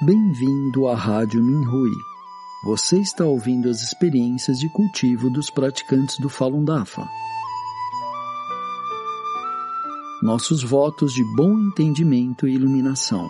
Bem-vindo à Rádio Minhui. Você está ouvindo as experiências de cultivo dos praticantes do Falun Dafa. Nossos votos de bom entendimento e iluminação.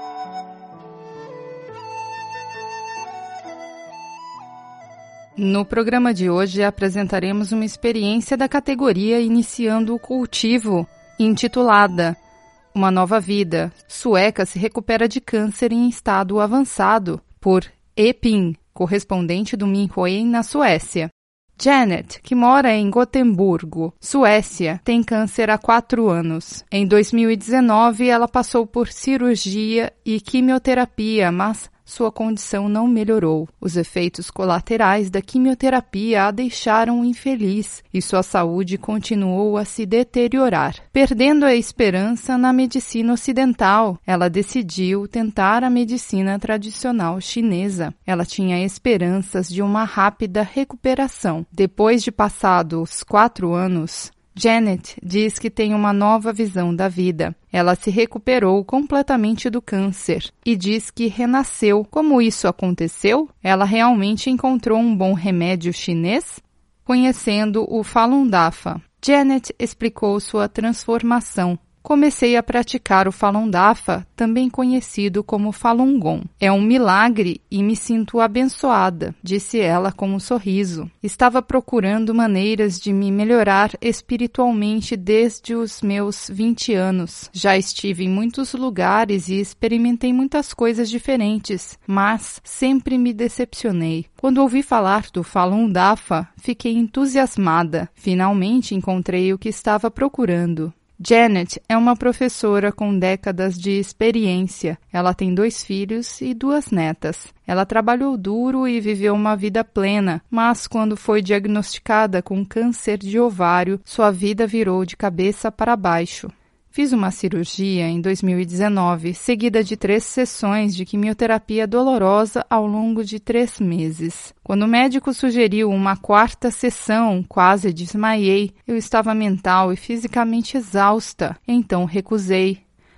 No programa de hoje apresentaremos uma experiência da categoria iniciando o cultivo, intitulada Uma Nova Vida. Sueca se recupera de câncer em estado avançado, por Epin, correspondente do Minhui na Suécia. Janet, que mora em Gotemburgo, Suécia, tem câncer há 4 anos. Em 2019, ela passou por cirurgia e quimioterapia, mas sua condição não melhorou. Os efeitos colaterais da quimioterapia a deixaram infeliz e sua saúde continuou a se deteriorar. Perdendo a esperança na medicina ocidental, ela decidiu tentar a medicina tradicional chinesa. Ela tinha esperanças de uma rápida recuperação. Depois de passados 4 anos, Janet diz que tem uma nova visão da vida. Ela se recuperou completamente do câncer e diz que renasceu. Como isso aconteceu? Ela realmente encontrou um bom remédio chinês? Conhecendo o Falun Dafa, Janet explicou sua transformação. Comecei a praticar o Falun Dafa, também conhecido como Falun Gong. É um milagre e me sinto abençoada, disse ela com um sorriso. Estava procurando maneiras de me melhorar espiritualmente desde os meus 20 anos. Já estive em muitos lugares e experimentei muitas coisas diferentes, mas sempre me decepcionei. Quando ouvi falar do Falun Dafa, fiquei entusiasmada. Finalmente encontrei o que estava procurando. Janet é uma professora com décadas de experiência. Ela tem 2 filhos e 2 netas. Ela trabalhou duro e viveu uma vida plena, mas quando foi diagnosticada com câncer de ovário, sua vida virou de cabeça para baixo. Fiz uma cirurgia em 2019, seguida de 3 sessões de quimioterapia dolorosa ao longo de 3 meses. Quando o médico sugeriu uma 4ª sessão, quase desmaiei. Eu estava mental e fisicamente exausta, então recusei.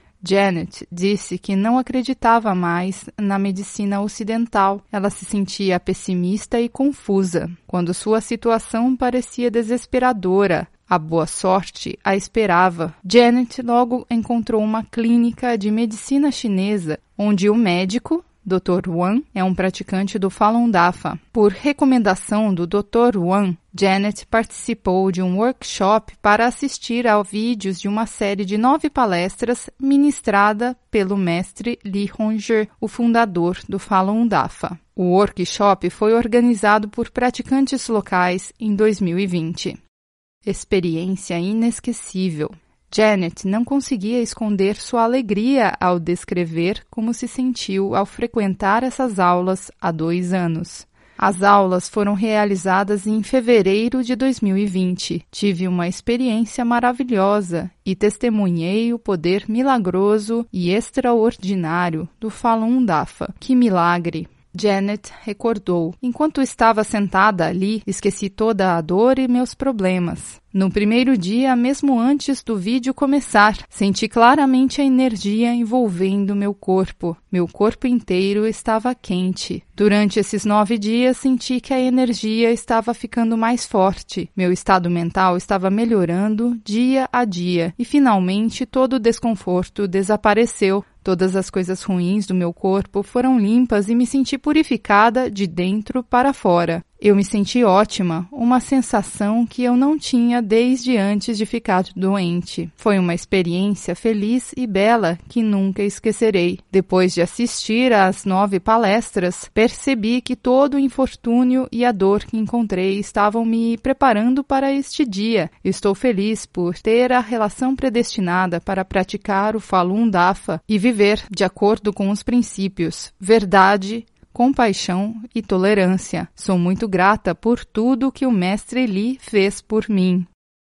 Janet disse que não acreditava mais na medicina ocidental. Ela se sentia pessimista e confusa, quando sua situação parecia desesperadora. A boa sorte a esperava. Janet logo encontrou uma clínica de medicina chinesa, onde o médico, Dr. Wang, é um praticante do Falun Dafa. Por recomendação do Dr. Wang, Janet participou de um workshop para assistir a vídeos de uma série de 9 palestras ministrada pelo mestre Li Hongzhi, o fundador do Falun Dafa. O workshop foi organizado por praticantes locais em 2020. Experiência inesquecível. Janet não conseguia esconder sua alegria ao descrever como se sentiu ao frequentar essas aulas há 2 anos. As aulas foram realizadas em fevereiro de 2020. Tive uma experiência maravilhosa e testemunhei o poder milagroso e extraordinário do Falun Dafa. Que milagre! Janet recordou. Enquanto estava sentada ali, esqueci toda a dor e meus problemas. No primeiro dia, mesmo antes do vídeo começar, senti claramente a energia envolvendo meu corpo. Meu corpo inteiro estava quente. Durante esses 9 dias, senti que a energia estava ficando mais forte. Meu estado mental estava melhorando dia a dia. E, finalmente, todo o desconforto desapareceu. Todas as coisas ruins do meu corpo foram limpas e me senti purificada de dentro para fora. Eu me senti ótima, uma sensação que eu não tinha desde antes de ficar doente. Foi uma experiência feliz e bela que nunca esquecerei. Depois de assistir às 9 palestras, percebi que todo o infortúnio e a dor que encontrei estavam me preparando para este dia. Estou feliz por ter a relação predestinada para praticar o Falun Dafa e viver de acordo com os princípios, verdade, compaixão e tolerância. Sou muito grata por tudo que o Mestre Li fez por mim.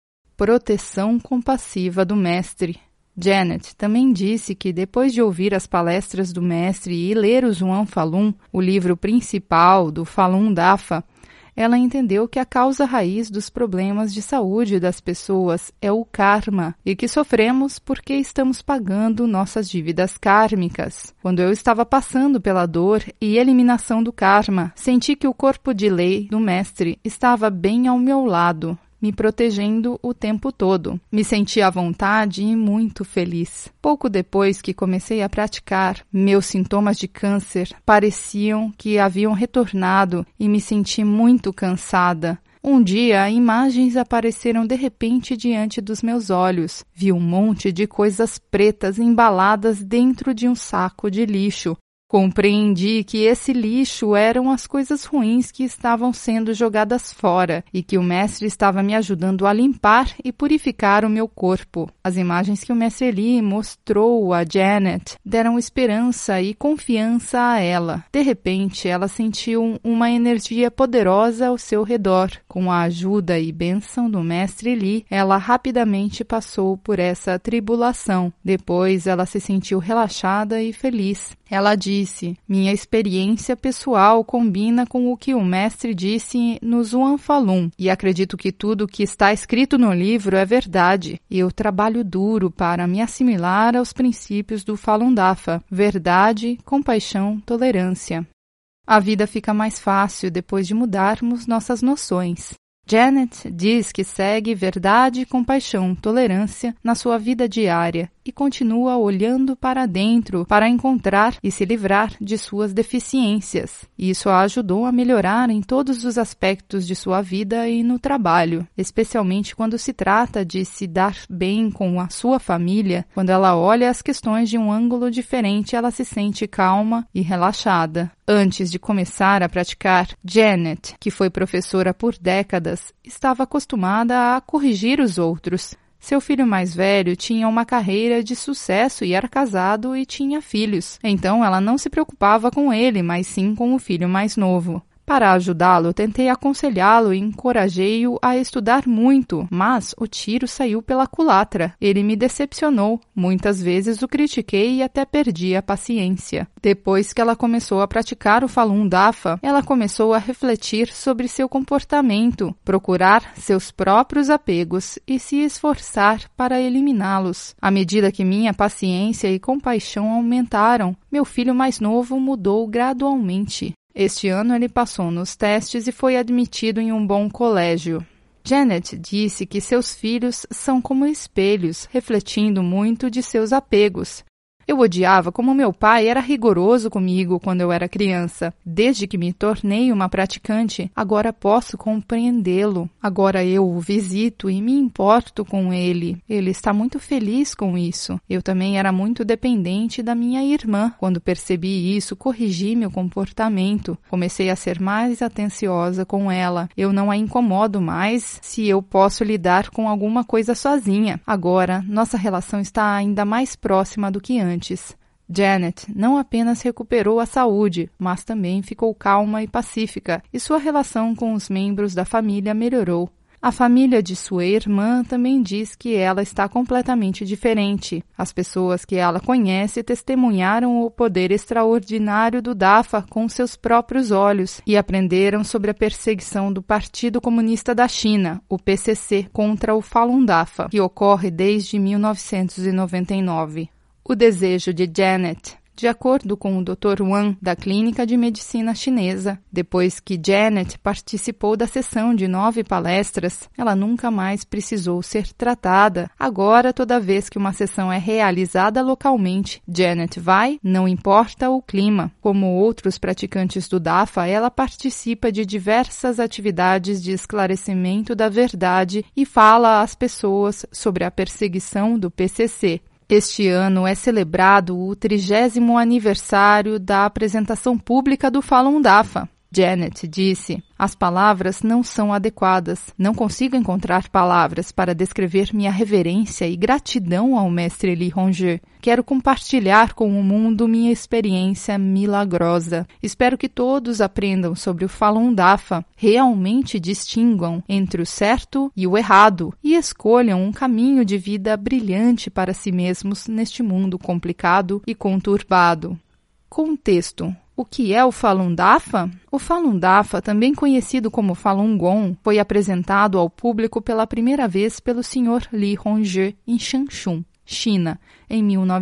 Proteção compassiva do Mestre. Janet também disse que depois de ouvir as palestras do Mestre e ler o Zhuang Falun, o livro principal do Falun Dafa, ela entendeu que a causa raiz dos problemas de saúde das pessoas é o karma e que sofremos porque estamos pagando nossas dívidas kármicas. Quando eu estava passando pela dor e eliminação do karma, senti que o corpo de lei do mestre estava bem ao meu lado, me protegendo o tempo todo. Me senti à vontade e muito feliz. Pouco depois que comecei a praticar, meus sintomas de câncer pareciam que haviam retornado e me senti muito cansada. Um dia, imagens apareceram de repente diante dos meus olhos. Vi um monte de coisas pretas embaladas dentro de um saco de lixo. Compreendi que esse lixo eram as coisas ruins que estavam sendo jogadas fora e que o mestre estava me ajudando a limpar e purificar o meu corpo. As imagens que o mestre Lee mostrou a Janet deram esperança e confiança a ela. De repente, ela sentiu uma energia poderosa ao seu redor. Com a ajuda e bênção do mestre Lee, ela rapidamente passou por essa tribulação. Depois, ela se sentiu relaxada e feliz. Ela disse: minha experiência pessoal combina com o que o mestre disse no Zhuang Falun, e acredito que tudo o que está escrito no livro é verdade. Eu trabalho duro para me assimilar aos princípios do Falun Dafa: verdade, compaixão, tolerância. A vida fica mais fácil depois de mudarmos nossas noções. Janet diz que segue verdade, compaixão, tolerância na sua vida diária e continua olhando para dentro para encontrar e se livrar de suas deficiências. Isso a ajudou a melhorar em todos os aspectos de sua vida e no trabalho, especialmente quando se trata de se dar bem com a sua família. Quando ela olha as questões de um ângulo diferente, ela se sente calma e relaxada. Antes de começar a praticar, Janet, que foi professora por décadas, estava acostumada a corrigir os outros. Seu filho mais velho tinha uma carreira de sucesso e era casado e tinha filhos. Então ela não se preocupava com ele, mas sim com o filho mais novo. Para ajudá-lo, tentei aconselhá-lo e encorajei-o a estudar muito, mas o tiro saiu pela culatra. Ele me decepcionou. Muitas vezes o critiquei e até perdi a paciência. Depois que ela começou a praticar o Falun Dafa, ela começou a refletir sobre seu comportamento, procurar seus próprios apegos e se esforçar para eliminá-los. À medida que minha paciência e compaixão aumentaram, meu filho mais novo mudou gradualmente. Este ano ele passou nos testes e foi admitido em um bom colégio. Janet disse que seus filhos são como espelhos, refletindo muito de seus apegos. Eu odiava como meu pai era rigoroso comigo quando eu era criança. Desde que me tornei uma praticante, agora posso compreendê-lo. Agora eu o visito e me importo com ele. Ele está muito feliz com isso. Eu também era muito dependente da minha irmã. Quando percebi isso, corrigi meu comportamento. Comecei a ser mais atenciosa com ela. Eu não a incomodo mais se eu posso lidar com alguma coisa sozinha. Agora, nossa relação está ainda mais próxima do que antes. Janet não apenas recuperou a saúde, mas também ficou calma e pacífica, e sua relação com os membros da família melhorou. A família de sua irmã também diz que ela está completamente diferente. As pessoas que ela conhece testemunharam o poder extraordinário do Dafa com seus próprios olhos e aprenderam sobre a perseguição do Partido Comunista da China, o PCC, contra o Falun Dafa, que ocorre desde 1999. O desejo de Janet. De acordo com o Dr. Wang, da Clínica de Medicina Chinesa, depois que Janet participou da sessão de 9 palestras, ela nunca mais precisou ser tratada. Agora, toda vez que uma sessão é realizada localmente, Janet vai, não importa o clima. Como outros praticantes do Dafa, ela participa de diversas atividades de esclarecimento da verdade e fala às pessoas sobre a perseguição do PCC. Este ano é celebrado o 30º aniversário da apresentação pública do Falun Dafa. Janet disse: as palavras não são adequadas. Não consigo encontrar palavras para descrever minha reverência e gratidão ao mestre Li Hongzhi. Quero compartilhar com o mundo minha experiência milagrosa. Espero que todos aprendam sobre o Falun Dafa, realmente distinguam entre o certo e o errado e escolham um caminho de vida brilhante para si mesmos neste mundo complicado e conturbado. Contexto. O que é o Falun Dafa? O Falun Dafa, também conhecido como Falun Gong, foi apresentado ao público pela primeira vez pelo Sr. Li Hongzhi em Changchun, China, em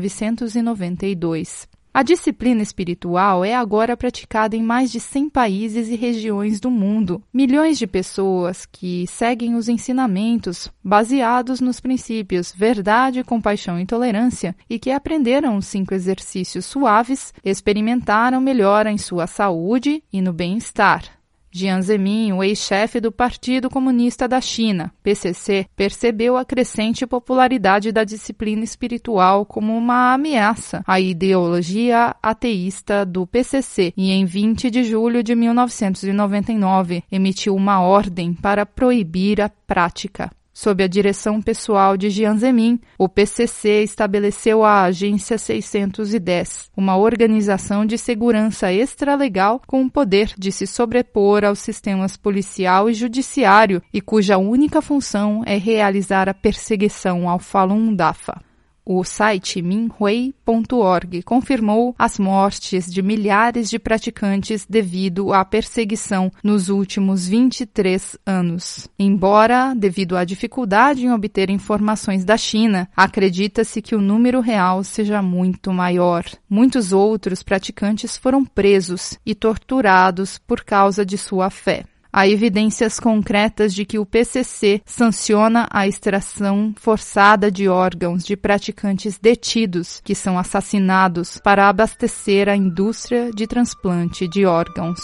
1992. A disciplina espiritual é agora praticada em mais de 100 países e regiões do mundo. Milhões de pessoas que seguem os ensinamentos baseados nos princípios verdade, compaixão e tolerância e que aprenderam os 5 exercícios suaves, experimentaram melhora em sua saúde e no bem-estar. Jiang Zemin, o ex-chefe do Partido Comunista da China, PCC, percebeu a crescente popularidade da disciplina espiritual como uma ameaça à ideologia ateísta do PCC e, em 20 de julho de 1999, emitiu uma ordem para proibir a prática. Sob a direção pessoal de Jiang Zemin, o PCC estabeleceu a Agência 610, uma organização de segurança extralegal com o poder de se sobrepor aos sistemas policial e judiciário e cuja única função é realizar a perseguição ao Falun Dafa. O site minhui.org confirmou as mortes de milhares de praticantes devido à perseguição nos últimos 23 anos. Embora, devido à dificuldade em obter informações da China, acredita-se que o número real seja muito maior. Muitos outros praticantes foram presos e torturados por causa de sua fé. Há evidências concretas de que o PCC sanciona a extração forçada de órgãos de praticantes detidos que são assassinados para abastecer a indústria de transplante de órgãos.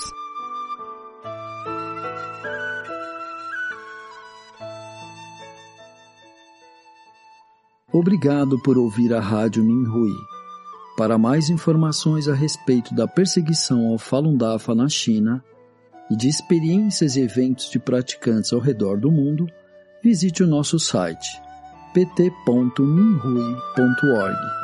Obrigado por ouvir a Rádio Minhui. Para mais informações a respeito da perseguição ao Falun Dafa na China, e de experiências e eventos de praticantes ao redor do mundo, visite o nosso site pt.minhui.org.